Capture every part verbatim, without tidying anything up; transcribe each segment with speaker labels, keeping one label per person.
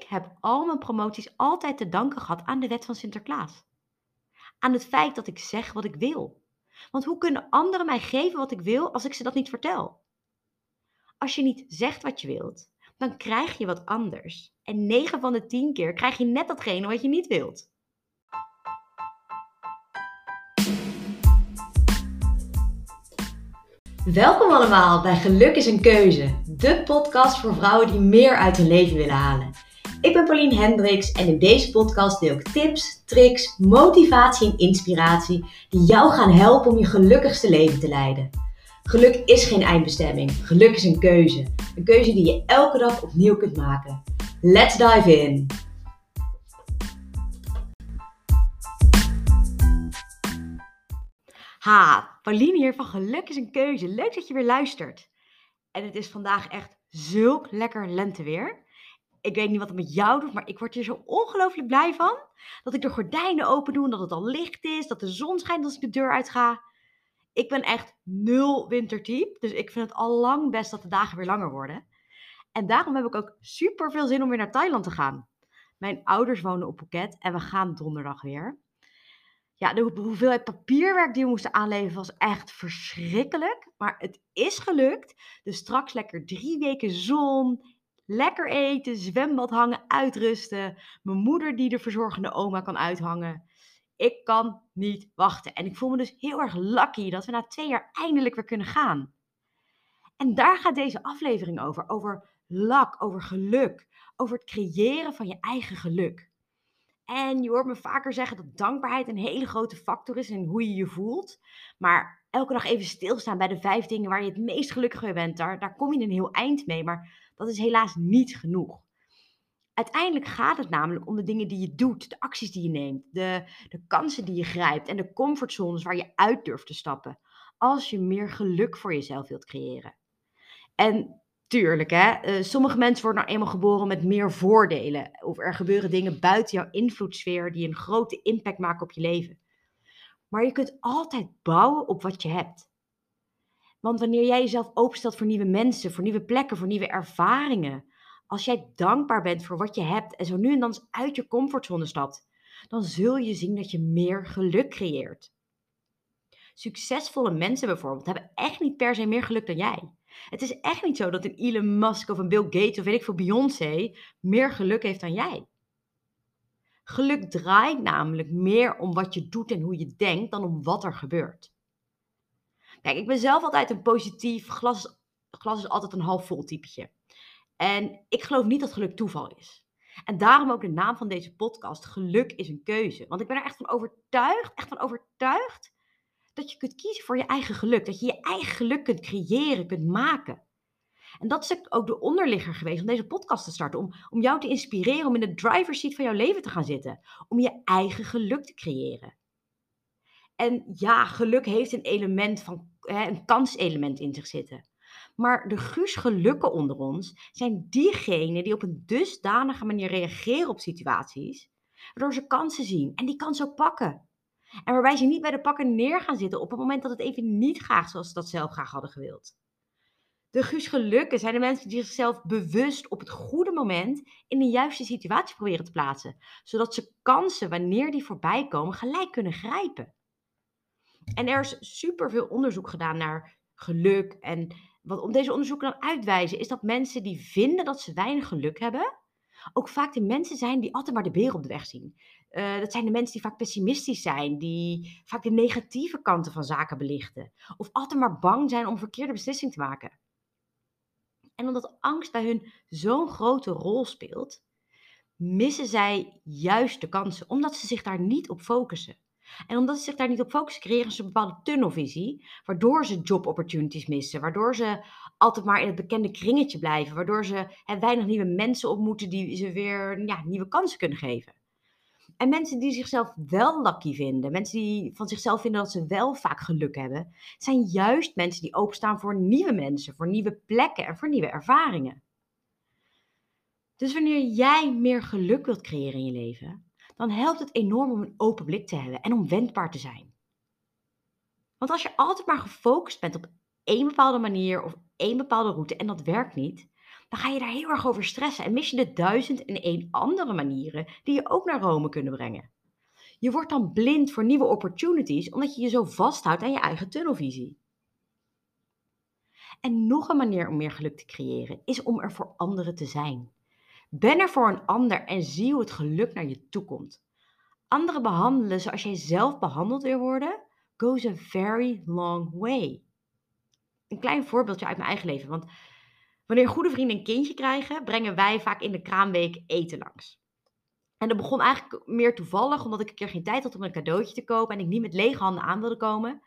Speaker 1: heb al mijn promoties altijd te danken gehad aan de wet van Sinterklaas. Aan het feit dat ik zeg wat ik wil. Want hoe kunnen anderen mij geven wat ik wil als ik ze dat niet vertel? Als je niet zegt wat je wilt, dan krijg je wat anders. En negen van de tien keer krijg je net datgene wat je niet wilt. Welkom allemaal bij Geluk is een Keuze, de podcast voor vrouwen die meer uit hun leven willen halen. Ik ben Pauline Hendricks en in deze podcast deel ik tips, tricks, motivatie en inspiratie die jou gaan helpen om je gelukkigste leven te leiden. Geluk is geen eindbestemming, geluk is een keuze. Een keuze die je elke dag opnieuw kunt maken. Let's dive in! Ha, Pauline hier van Geluk is een Keuze. Leuk dat je weer luistert. En het is vandaag echt zulk lekker lenteweer. Ik weet niet wat het met jou doet, maar ik word hier zo ongelooflijk blij van. Dat ik de gordijnen open doe, dat het al licht is, dat de zon schijnt als ik de deur uit ga. Ik ben echt nul wintertype, dus ik vind het al lang best dat de dagen weer langer worden. En daarom heb ik ook super veel zin om weer naar Thailand te gaan. Mijn ouders wonen op Phuket en we gaan donderdag weer. Ja, de hoeveelheid papierwerk die we moesten aanleveren was echt verschrikkelijk. Maar het is gelukt. Dus straks lekker drie weken zon, lekker eten, zwembad hangen, uitrusten. Mijn moeder die de verzorgende oma kan uithangen. Ik kan niet wachten. En ik voel me dus heel erg lucky dat we na twee jaar eindelijk weer kunnen gaan. En daar gaat deze aflevering over. Over luck, over geluk. Over het creëren van je eigen geluk. En je hoort me vaker zeggen dat dankbaarheid een hele grote factor is in hoe je je voelt. Maar elke dag even stilstaan bij de vijf dingen waar je het meest gelukkig mee bent, daar, daar kom je een heel eind mee. Maar dat is helaas niet genoeg. Uiteindelijk gaat het namelijk om de dingen die je doet, de acties die je neemt, de, de kansen die je grijpt en de comfortzones waar je uit durft te stappen. Als je meer geluk voor jezelf wilt creëren. En tuurlijk, hè, uh, sommige mensen worden nou eenmaal geboren met meer voordelen. Of er gebeuren dingen buiten jouw invloedssfeer die een grote impact maken op je leven. Maar je kunt altijd bouwen op wat je hebt. Want wanneer jij jezelf openstelt voor nieuwe mensen, voor nieuwe plekken, voor nieuwe ervaringen. Als jij dankbaar bent voor wat je hebt en zo nu en dan eens uit je comfortzone stapt. Dan zul je zien dat je meer geluk creëert. Succesvolle mensen bijvoorbeeld hebben echt niet per se meer geluk dan jij. Het is echt niet zo dat een Elon Musk of een Bill Gates of weet ik veel Beyoncé meer geluk heeft dan jij. Geluk draait namelijk meer om wat je doet en hoe je denkt dan om wat er gebeurt. Kijk, ik ben zelf altijd een positief, glas, glas is altijd een half vol typetje. En ik geloof niet dat geluk toeval is. En daarom ook de naam van deze podcast, Geluk is een Keuze. Want ik ben er echt van overtuigd, echt van overtuigd dat je kunt kiezen voor je eigen geluk. Dat je je eigen geluk kunt creëren, kunt maken. En dat is ook de onderligger geweest om deze podcast te starten. Om, om jou te inspireren om in de driver's seat van jouw leven te gaan zitten. Om je eigen geluk te creëren. En ja, geluk heeft een element van, hè, een kanselement in zich zitten. Maar de Guus gelukken onder ons zijn diegenen die op een dusdanige manier reageren op situaties. Waardoor ze kansen zien en die kansen ook pakken. En waarbij ze niet bij de pakken neer gaan zitten op het moment dat het even niet gaat zoals ze dat zelf graag hadden gewild. De Guus gelukken zijn de mensen die zichzelf bewust op het goede moment in de juiste situatie proberen te plaatsen. Zodat ze kansen, wanneer die voorbij komen, gelijk kunnen grijpen. En er is superveel onderzoek gedaan naar geluk. En wat om deze onderzoeken dan uitwijzen, is dat mensen die vinden dat ze weinig geluk hebben, ook vaak de mensen zijn die altijd maar de beer op de weg zien. Uh, dat zijn de mensen die vaak pessimistisch zijn, die vaak de negatieve kanten van zaken belichten. Of altijd maar bang zijn om een verkeerde beslissing te maken. En omdat angst bij hun zo'n grote rol speelt, missen zij juist de kansen, omdat ze zich daar niet op focussen. En omdat ze zich daar niet op focussen, creëren ze een bepaalde tunnelvisie, waardoor ze job opportunities missen, waardoor ze altijd maar in het bekende kringetje blijven, waardoor ze hè, weinig nieuwe mensen ontmoeten die ze weer ja, nieuwe kansen kunnen geven. En mensen die zichzelf wel lucky vinden, mensen die van zichzelf vinden dat ze wel vaak geluk hebben, zijn juist mensen die openstaan voor nieuwe mensen, voor nieuwe plekken en voor nieuwe ervaringen. Dus wanneer jij meer geluk wilt creëren in je leven, dan helpt het enorm om een open blik te hebben en om wendbaar te zijn. Want als je altijd maar gefocust bent op één bepaalde manier of één bepaalde route en dat werkt niet, dan ga je daar heel erg over stressen en mis je de duizend en één andere manieren die je ook naar Rome kunnen brengen. Je wordt dan blind voor nieuwe opportunities omdat je je zo vasthoudt aan je eigen tunnelvisie. En nog een manier om meer geluk te creëren is om er voor anderen te zijn. Ben er voor een ander en zie hoe het geluk naar je toe komt. Anderen behandelen zoals jij zelf behandeld wil worden, goes a very long way. Een klein voorbeeldje uit mijn eigen leven, want wanneer goede vrienden een kindje krijgen, brengen wij vaak in de kraamweek eten langs. En dat begon eigenlijk meer toevallig, omdat ik een keer geen tijd had om een cadeautje te kopen en ik niet met lege handen aan wilde komen.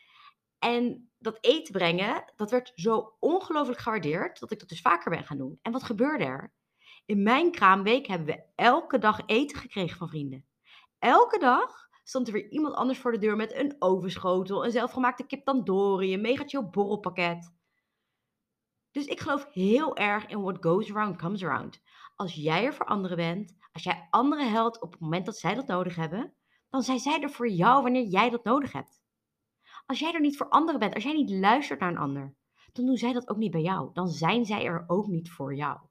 Speaker 1: En dat eten brengen, dat werd zo ongelooflijk gewaardeerd, dat ik dat dus vaker ben gaan doen. En wat gebeurde er? In mijn kraamweek hebben we elke dag eten gekregen van vrienden. Elke dag stond er weer iemand anders voor de deur met een ovenschotel, een zelfgemaakte kip tandoori, een mega chill borrelpakket. Dus ik geloof heel erg in what goes around comes around. Als jij er voor anderen bent, als jij anderen helpt op het moment dat zij dat nodig hebben, dan zijn zij er voor jou wanneer jij dat nodig hebt. Als jij er niet voor anderen bent, als jij niet luistert naar een ander, dan doen zij dat ook niet bij jou. Dan zijn zij er ook niet voor jou.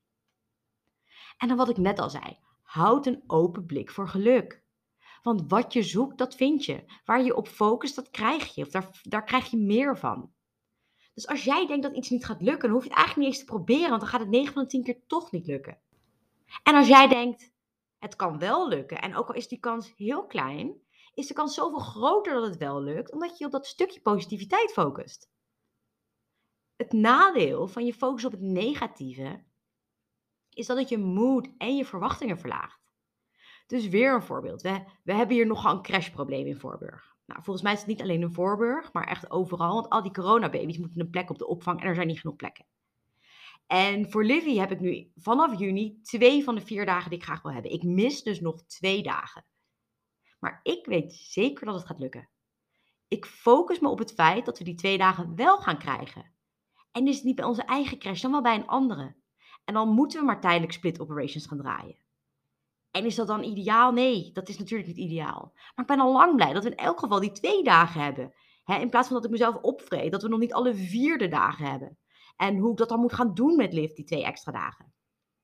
Speaker 1: En dan wat ik net al zei, houd een open blik voor geluk. Want wat je zoekt, dat vind je. Waar je op focust, dat krijg je. Of daar, daar krijg je meer van. Dus als jij denkt dat iets niet gaat lukken, dan hoef je het eigenlijk niet eens te proberen, want dan gaat het negen van de tien keer toch niet lukken. En als jij denkt, het kan wel lukken, en ook al is die kans heel klein, is de kans zoveel groter dat het wel lukt, omdat je op dat stukje positiviteit focust. Het nadeel van je focus op het negatieve is dat het je moed en je verwachtingen verlaagt. Dus weer een voorbeeld. We, we hebben hier nogal een crashprobleem in Voorburg. Nou, volgens mij is het niet alleen in Voorburg, maar echt overal. Want al die coronababy's moeten een plek op de opvang en er zijn niet genoeg plekken. En voor Livy heb ik nu vanaf juni twee van de vier dagen die ik graag wil hebben. Ik mis dus nog twee dagen. Maar ik weet zeker dat het gaat lukken. Ik focus me op het feit dat we die twee dagen wel gaan krijgen. En is het niet bij onze eigen crash, dan wel bij een andere. En dan moeten we maar tijdelijk split operations gaan draaien. En is dat dan ideaal? Nee, dat is natuurlijk niet ideaal. Maar ik ben al lang blij dat we in elk geval die twee dagen hebben. He, in plaats van dat ik mezelf opvreet, dat we nog niet alle vier de dagen hebben. En hoe ik dat dan moet gaan doen met Liv, die twee extra dagen.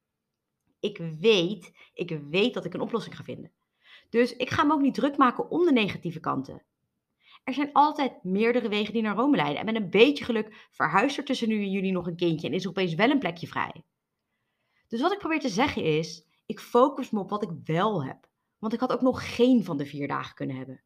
Speaker 1: Ik weet, ik weet dat ik een oplossing ga vinden. Dus ik ga me ook niet druk maken om de negatieve kanten. Er zijn altijd meerdere wegen die naar Rome leiden. En met een beetje geluk verhuist er tussen nu en juli nog een kindje en is er opeens wel een plekje vrij. Dus wat ik probeer te zeggen is, ik focus me op wat ik wel heb. Want ik had ook nog geen van de vier dagen kunnen hebben.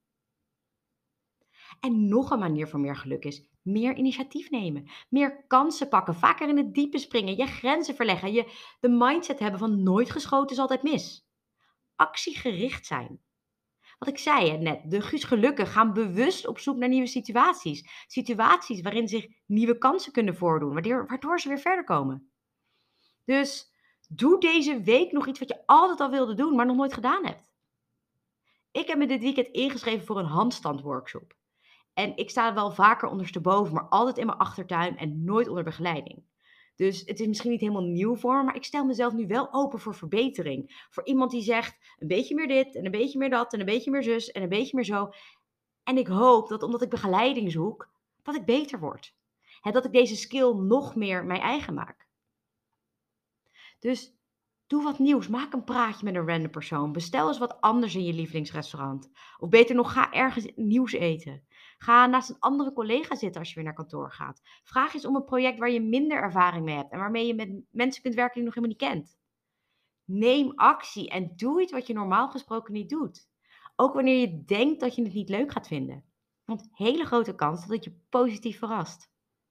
Speaker 1: En nog een manier voor meer geluk is meer initiatief nemen. Meer kansen pakken, vaker in het diepe springen, je grenzen verleggen. Je de mindset hebben van nooit geschoten is altijd mis. Actiegericht zijn. Wat ik zei hè, net, de Guus Gelukken gaan bewust op zoek naar nieuwe situaties. Situaties waarin zich nieuwe kansen kunnen voordoen, waardoor, waardoor ze weer verder komen. Dus doe deze week nog iets wat je altijd al wilde doen, maar nog nooit gedaan hebt. Ik heb me dit weekend ingeschreven voor een handstandworkshop. En ik sta wel vaker ondersteboven, maar altijd in mijn achtertuin en nooit onder begeleiding. Dus het is misschien niet helemaal nieuw voor me, maar ik stel mezelf nu wel open voor verbetering. Voor iemand die zegt, een beetje meer dit en een beetje meer dat en een beetje meer zus en een beetje meer zo. En ik hoop dat omdat ik begeleiding zoek, dat ik beter word. Hè, dat ik deze skill nog meer mijn eigen maak. Dus doe wat nieuws. Maak een praatje met een random persoon. Bestel eens wat anders in je lievelingsrestaurant. Of beter nog, ga ergens nieuws eten. Ga naast een andere collega zitten als je weer naar kantoor gaat. Vraag eens om een project waar je minder ervaring mee hebt en waarmee je met mensen kunt werken die je nog helemaal niet kent. Neem actie en doe iets wat je normaal gesproken niet doet. Ook wanneer je denkt dat je het niet leuk gaat vinden. Want hele grote kans dat het je positief verrast.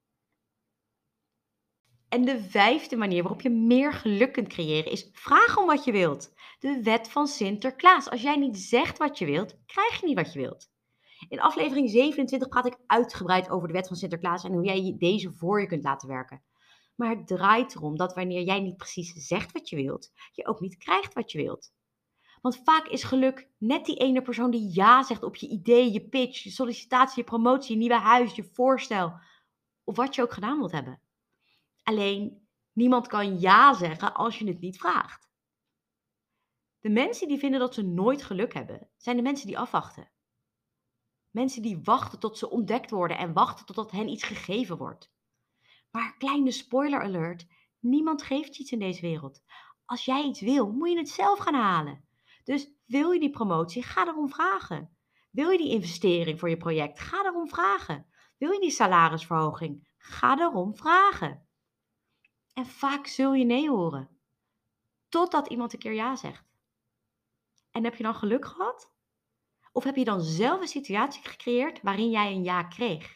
Speaker 1: En de vijfde manier waarop je meer geluk kunt creëren is vraag om wat je wilt. De wet van Sinterklaas. Als jij niet zegt wat je wilt, krijg je niet wat je wilt. In aflevering zevenentwintig praat ik uitgebreid over de wet van Sinterklaas en hoe jij deze voor je kunt laten werken. Maar het draait erom dat wanneer jij niet precies zegt wat je wilt, je ook niet krijgt wat je wilt. Want vaak is geluk net die ene persoon die ja zegt op je idee, je pitch, je sollicitatie, je promotie, je nieuwe huis, je voorstel. Of wat je ook gedaan wilt hebben. Alleen, niemand kan ja zeggen als je het niet vraagt. De mensen die vinden dat ze nooit geluk hebben, zijn de mensen die afwachten. Mensen die wachten tot ze ontdekt worden en wachten totdat hen iets gegeven wordt. Maar kleine spoiler alert, Niemand geeft je iets in deze wereld. Als jij iets wil, moet je het zelf gaan halen. Dus wil je die promotie, ga erom vragen. Wil je die investering voor je project, ga erom vragen. Wil je die salarisverhoging, ga erom vragen. En vaak zul je nee horen. Totdat iemand een keer ja zegt. En heb je dan geluk gehad? Of heb je dan zelf een situatie gecreëerd waarin jij een ja kreeg?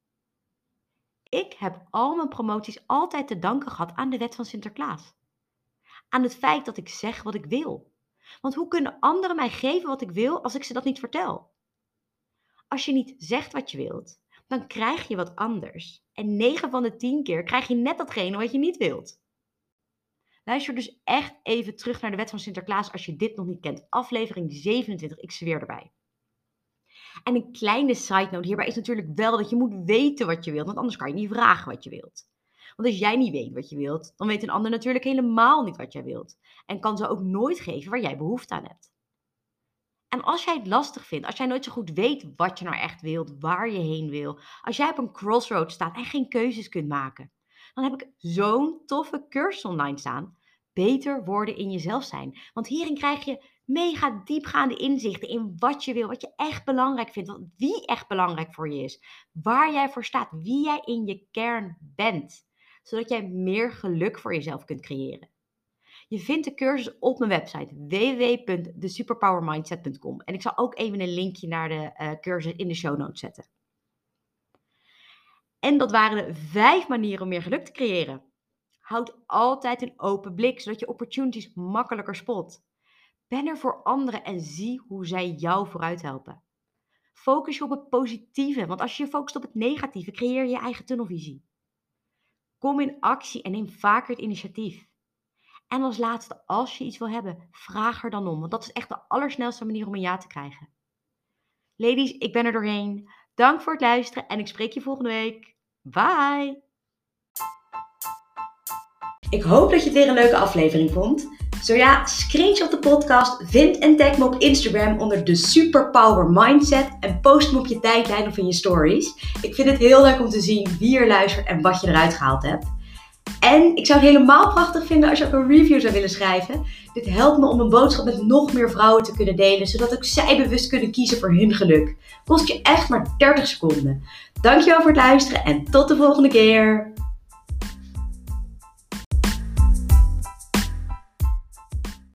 Speaker 1: Ik heb al mijn promoties altijd te danken gehad aan de wet van Sinterklaas. Aan het feit dat ik zeg wat ik wil. Want hoe kunnen anderen mij geven wat ik wil als ik ze dat niet vertel? Als je niet zegt wat je wilt, dan krijg je wat anders. En negen van de tien keer krijg je net datgene wat je niet wilt. Luister dus echt even terug naar de wet van Sinterklaas als je dit nog niet kent. Aflevering zevenentwintig, ik zweer erbij. En een kleine side note hierbij is natuurlijk wel dat je moet weten wat je wilt, want anders kan je niet vragen wat je wilt. Want als jij niet weet wat je wilt, dan weet een ander natuurlijk helemaal niet wat jij wilt. En kan ze ook nooit geven waar jij behoefte aan hebt. En als jij het lastig vindt, als jij nooit zo goed weet wat je nou echt wilt, waar je heen wil, als jij op een crossroad staat en geen keuzes kunt maken, dan heb ik zo'n toffe cursus online staan. Beter worden in jezelf zijn. Want hierin krijg je mega diepgaande inzichten in wat je wil, wat je echt belangrijk vindt, wat- wie echt belangrijk voor je is, waar jij voor staat, wie jij in je kern bent, zodat jij meer geluk voor jezelf kunt creëren. Je vindt de cursus op mijn website w w w punt the superpower mindset punt com en ik zal ook even een linkje naar de uh, cursus in de show notes zetten. En dat waren de vijf manieren om meer geluk te creëren. Houd altijd een open blik, zodat je opportunities makkelijker spot. Ben er voor anderen en zie hoe zij jou vooruit helpen. Focus je op het positieve, want als je je focust op het negatieve, creëer je je eigen tunnelvisie. Kom in actie en neem vaker het initiatief. En als laatste, als je iets wil hebben, vraag er dan om, want dat is echt de allersnelste manier om een ja te krijgen. Ladies, ik ben er doorheen. Dank voor het luisteren en ik spreek je volgende week. Bye! Ik hoop dat je het weer een leuke aflevering vond. Zo ja, screenshot de podcast, vind en tag me op Instagram onder de Superpower Mindset en post me op je tijdlijn of in je stories. Ik vind het heel leuk om te zien wie er luistert en wat je eruit gehaald hebt. En ik zou het helemaal prachtig vinden als je ook een review zou willen schrijven. Dit helpt me om mijn boodschap met nog meer vrouwen te kunnen delen, zodat ook zij bewust kunnen kiezen voor hun geluk. Kost je echt maar dertig seconden. Dankjewel voor het luisteren en tot de volgende keer.